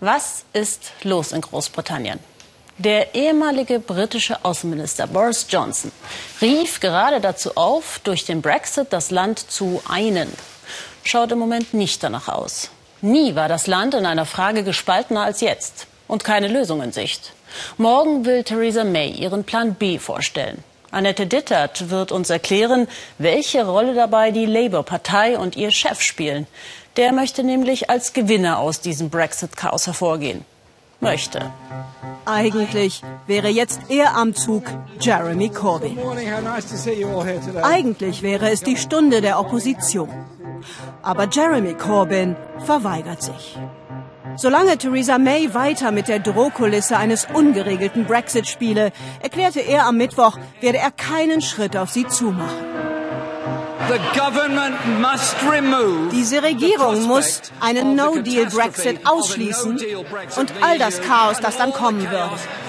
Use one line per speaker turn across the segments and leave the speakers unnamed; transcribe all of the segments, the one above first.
Was ist los in Großbritannien? Der ehemalige britische Außenminister Boris Johnson rief gerade dazu auf, durch den Brexit das Land zu einen. Schaut im Moment nicht danach aus. Nie war das Land in einer Frage gespaltener als jetzt und keine Lösung in Sicht. Morgen will Theresa May ihren Plan B vorstellen. Annette Dittert wird uns erklären, welche Rolle dabei die Labour-Partei und ihr Chef spielen. Der möchte nämlich als Gewinner aus diesem Brexit-Chaos hervorgehen.
Eigentlich wäre jetzt er am Zug, Jeremy Corbyn. Eigentlich wäre es die Stunde der Opposition. Aber Jeremy Corbyn verweigert sich. Solange Theresa May weiter mit der Drohkulisse eines ungeregelten Brexit spiele, erklärte er am Mittwoch, werde er keinen Schritt auf sie zumachen. Diese Regierung muss einen No-Deal-Brexit ausschließen und all das Chaos, das dann kommen würde.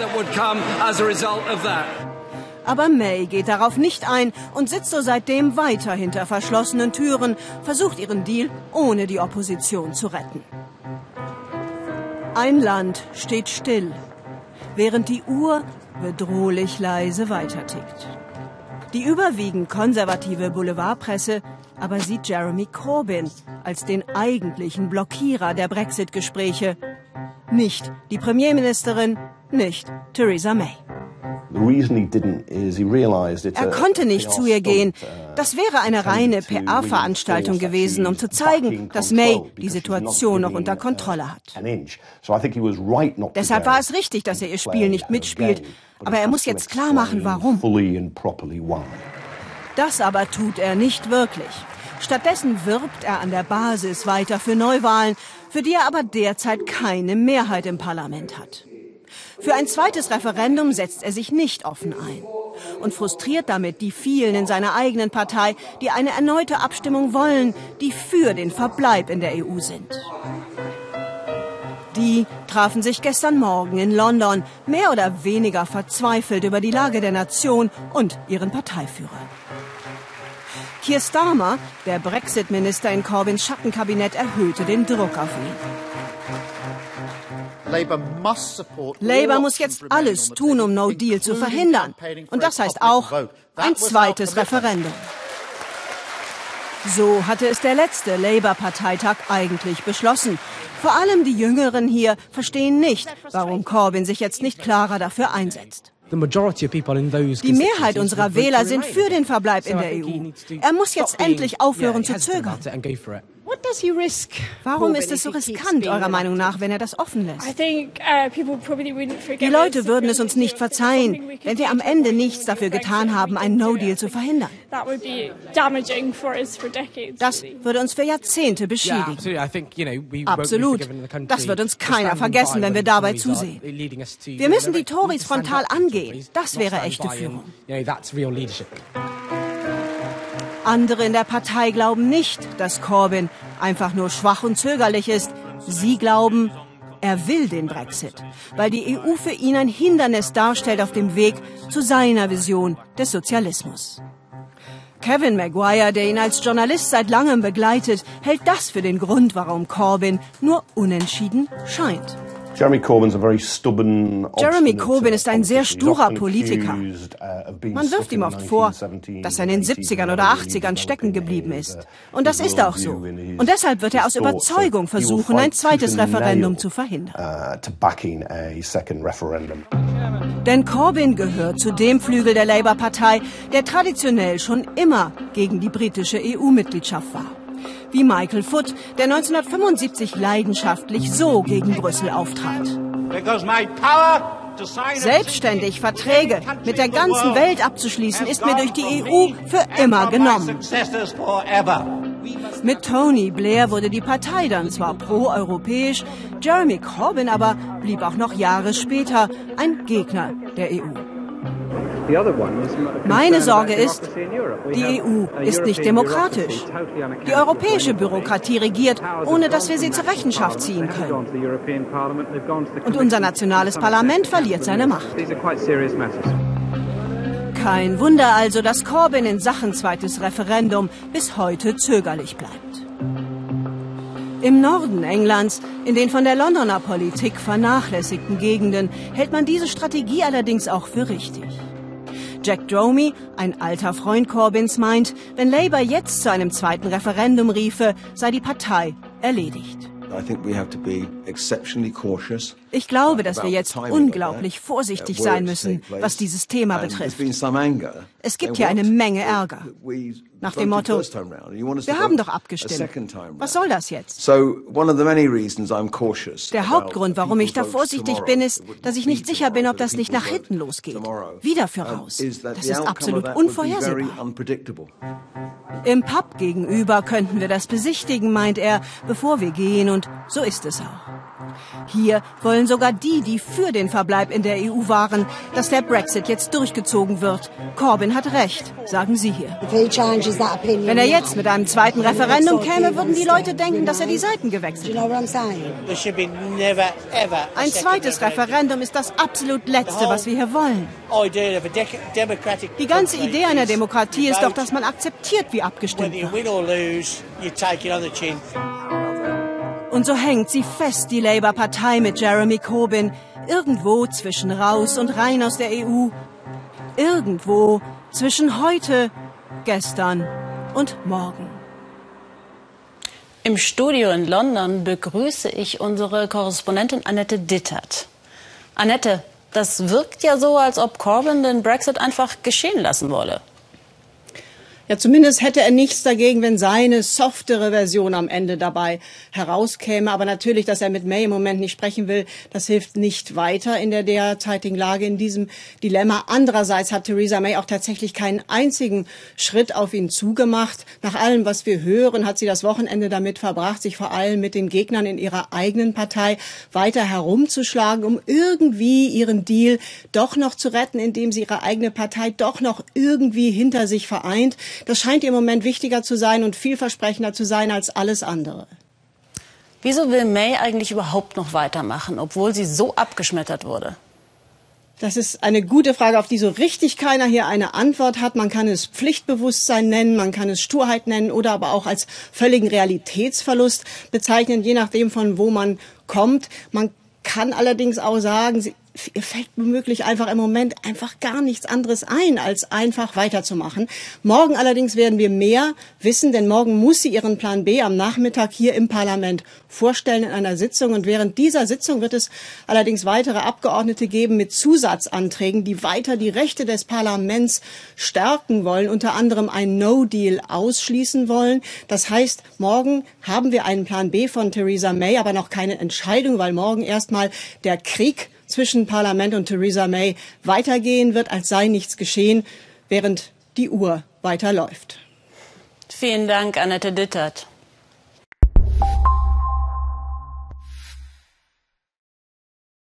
Aber May geht darauf nicht ein und sitzt so seitdem weiter hinter verschlossenen Türen, versucht ihren Deal ohne die Opposition zu retten. Ein Land steht still, während die Uhr bedrohlich leise weitertickt. Die überwiegend konservative Boulevardpresse aber sieht Jeremy Corbyn als den eigentlichen Blockierer der Brexit-Gespräche. Nicht die Premierministerin, nicht Theresa May. Er konnte nicht zu ihr gehen. Das wäre eine reine PR-Veranstaltung gewesen, um zu zeigen, dass May die Situation noch unter Kontrolle hat. Deshalb war es richtig, dass er ihr Spiel nicht mitspielt. Aber er muss jetzt klar machen, warum. Das aber tut er nicht wirklich. Stattdessen wirbt er an der Basis weiter für Neuwahlen, für die er aber derzeit keine Mehrheit im Parlament hat. Für ein zweites Referendum setzt er sich nicht offen ein und frustriert damit die vielen in seiner eigenen Partei, die eine erneute Abstimmung wollen, die für den Verbleib in der EU sind. Die trafen sich gestern Morgen in London, mehr oder weniger verzweifelt über die Lage der Nation und ihren Parteiführer. Keir Starmer, der Brexit-Minister in Corbyns Schattenkabinett, erhöhte den Druck auf ihn. Labour muss jetzt alles tun, um No Deal zu verhindern. Und das heißt auch ein zweites Referendum. So hatte es der letzte Labour-Parteitag eigentlich beschlossen. Vor allem die Jüngeren hier verstehen nicht, warum Corbyn sich jetzt nicht klarer dafür einsetzt. Die Mehrheit unserer Wähler sind für den Verbleib in der EU. Er muss jetzt endlich aufhören zu zögern. Warum ist es so riskant, eurer Meinung nach, wenn er das offen lässt? Die Leute würden es uns nicht verzeihen, wenn wir am Ende nichts dafür getan haben, einen No-Deal zu verhindern. Das würde uns für Jahrzehnte beschädigen. Absolut. Das wird uns keiner vergessen, wenn wir dabei zusehen. Wir müssen die Tories frontal angehen. Das wäre echte Führung. Andere in der Partei glauben nicht, dass Corbyn einfach nur schwach und zögerlich ist. Sie glauben, er will den Brexit, weil die EU für ihn ein Hindernis darstellt auf dem Weg zu seiner Vision des Sozialismus. Kevin Maguire, der ihn als Journalist seit langem begleitet, hält das für den Grund, warum Corbyn nur unentschieden scheint.
Jeremy Corbyn
ist ein sehr sturer Politiker. Man wirft ihm oft vor, dass er in den 70ern oder 80ern stecken geblieben ist. Und das ist auch so. Und deshalb wird er aus Überzeugung versuchen, ein zweites Referendum zu verhindern. Denn Corbyn gehört zu dem Flügel der Labour-Partei, der traditionell schon immer gegen die britische EU-Mitgliedschaft war. Wie Michael Foot, der 1975 leidenschaftlich so gegen Brüssel auftrat. Selbstständig Verträge mit der ganzen Welt abzuschließen, ist mir durch die EU für immer genommen. Mit Tony Blair wurde die Partei dann zwar pro-europäisch, Jeremy Corbyn aber blieb auch noch Jahre später ein Gegner der EU. Meine Sorge ist, die EU ist nicht demokratisch. Die europäische Bürokratie regiert, ohne dass wir sie zur Rechenschaft ziehen können. Und unser nationales Parlament verliert seine Macht. Kein Wunder also, dass Corbyn in Sachen zweites Referendum bis heute zögerlich bleibt. Im Norden Englands, in den von der Londoner Politik vernachlässigten Gegenden, hält man diese Strategie allerdings auch für richtig. Jack Dromey, ein alter Freund Corbyns, meint, wenn Labour jetzt zu einem zweiten Referendum riefe, sei die Partei erledigt. Ich glaube, dass wir jetzt unglaublich vorsichtig sein müssen, was dieses Thema betrifft. Es gibt hier eine Menge Ärger. Nach dem Motto, wir haben doch abgestimmt. Was soll das jetzt? Der Hauptgrund, warum ich da vorsichtig bin, ist, dass ich nicht sicher bin, ob das nicht nach hinten losgeht. Wieder für raus. Das ist absolut unvorhersehbar. Im Pub gegenüber könnten wir das besichtigen, meint er, bevor wir gehen, und so ist es auch. Hier wollen sogar die für den Verbleib in der EU waren, dass der Brexit jetzt durchgezogen wird. Corbyn hat recht, sagen sie hier. Wenn er jetzt mit einem zweiten Referendum käme, würden die Leute denken, dass er die Seiten gewechselt hat. Ein zweites Referendum ist das absolut Letzte, was wir hier wollen. Die ganze Idee einer Demokratie ist doch, dass man akzeptiert, wie abgestimmt wird. Und so hängt sie fest, die Labour-Partei mit Jeremy Corbyn, irgendwo zwischen raus und rein aus der EU. Irgendwo zwischen heute, gestern und morgen.
Im Studio in London begrüße ich unsere Korrespondentin Annette Dittert. Annette, das wirkt ja so, als ob Corbyn den Brexit einfach geschehen lassen wolle.
Ja, zumindest hätte er nichts dagegen, wenn seine softere Version am Ende dabei herauskäme. Aber natürlich, dass er mit May im Moment nicht sprechen will, das hilft nicht weiter in der derzeitigen Lage, in diesem Dilemma. Andererseits hat Theresa May auch tatsächlich keinen einzigen Schritt auf ihn zugemacht. Nach allem, was wir hören, hat sie das Wochenende damit verbracht, sich vor allem mit den Gegnern in ihrer eigenen Partei weiter herumzuschlagen, um irgendwie ihren Deal doch noch zu retten, indem sie ihre eigene Partei doch noch irgendwie hinter sich vereint. Das scheint ihr im Moment wichtiger zu sein und vielversprechender zu sein als alles andere.
Wieso will May eigentlich überhaupt noch weitermachen, obwohl sie so abgeschmettert wurde?
Das ist eine gute Frage, auf die so richtig keiner hier eine Antwort hat. Man kann es Pflichtbewusstsein nennen, man kann es Sturheit nennen oder aber auch als völligen Realitätsverlust bezeichnen, je nachdem, von wo man kommt. Man kann allerdings auch sagen, ihr fällt womöglich einfach im Moment einfach gar nichts anderes ein, als einfach weiterzumachen. Morgen allerdings werden wir mehr wissen, denn morgen muss sie ihren Plan B am Nachmittag hier im Parlament vorstellen in einer Sitzung. Und während dieser Sitzung wird es allerdings weitere Abgeordnete geben mit Zusatzanträgen, die weiter die Rechte des Parlaments stärken wollen, unter anderem ein No-Deal ausschließen wollen. Das heißt, morgen haben wir einen Plan B von Theresa May, aber noch keine Entscheidung, weil morgen erstmal der Krieg zwischen Parlament und Theresa May weitergehen wird, als sei nichts geschehen, während die Uhr weiterläuft.
Vielen Dank, Annette Dittert.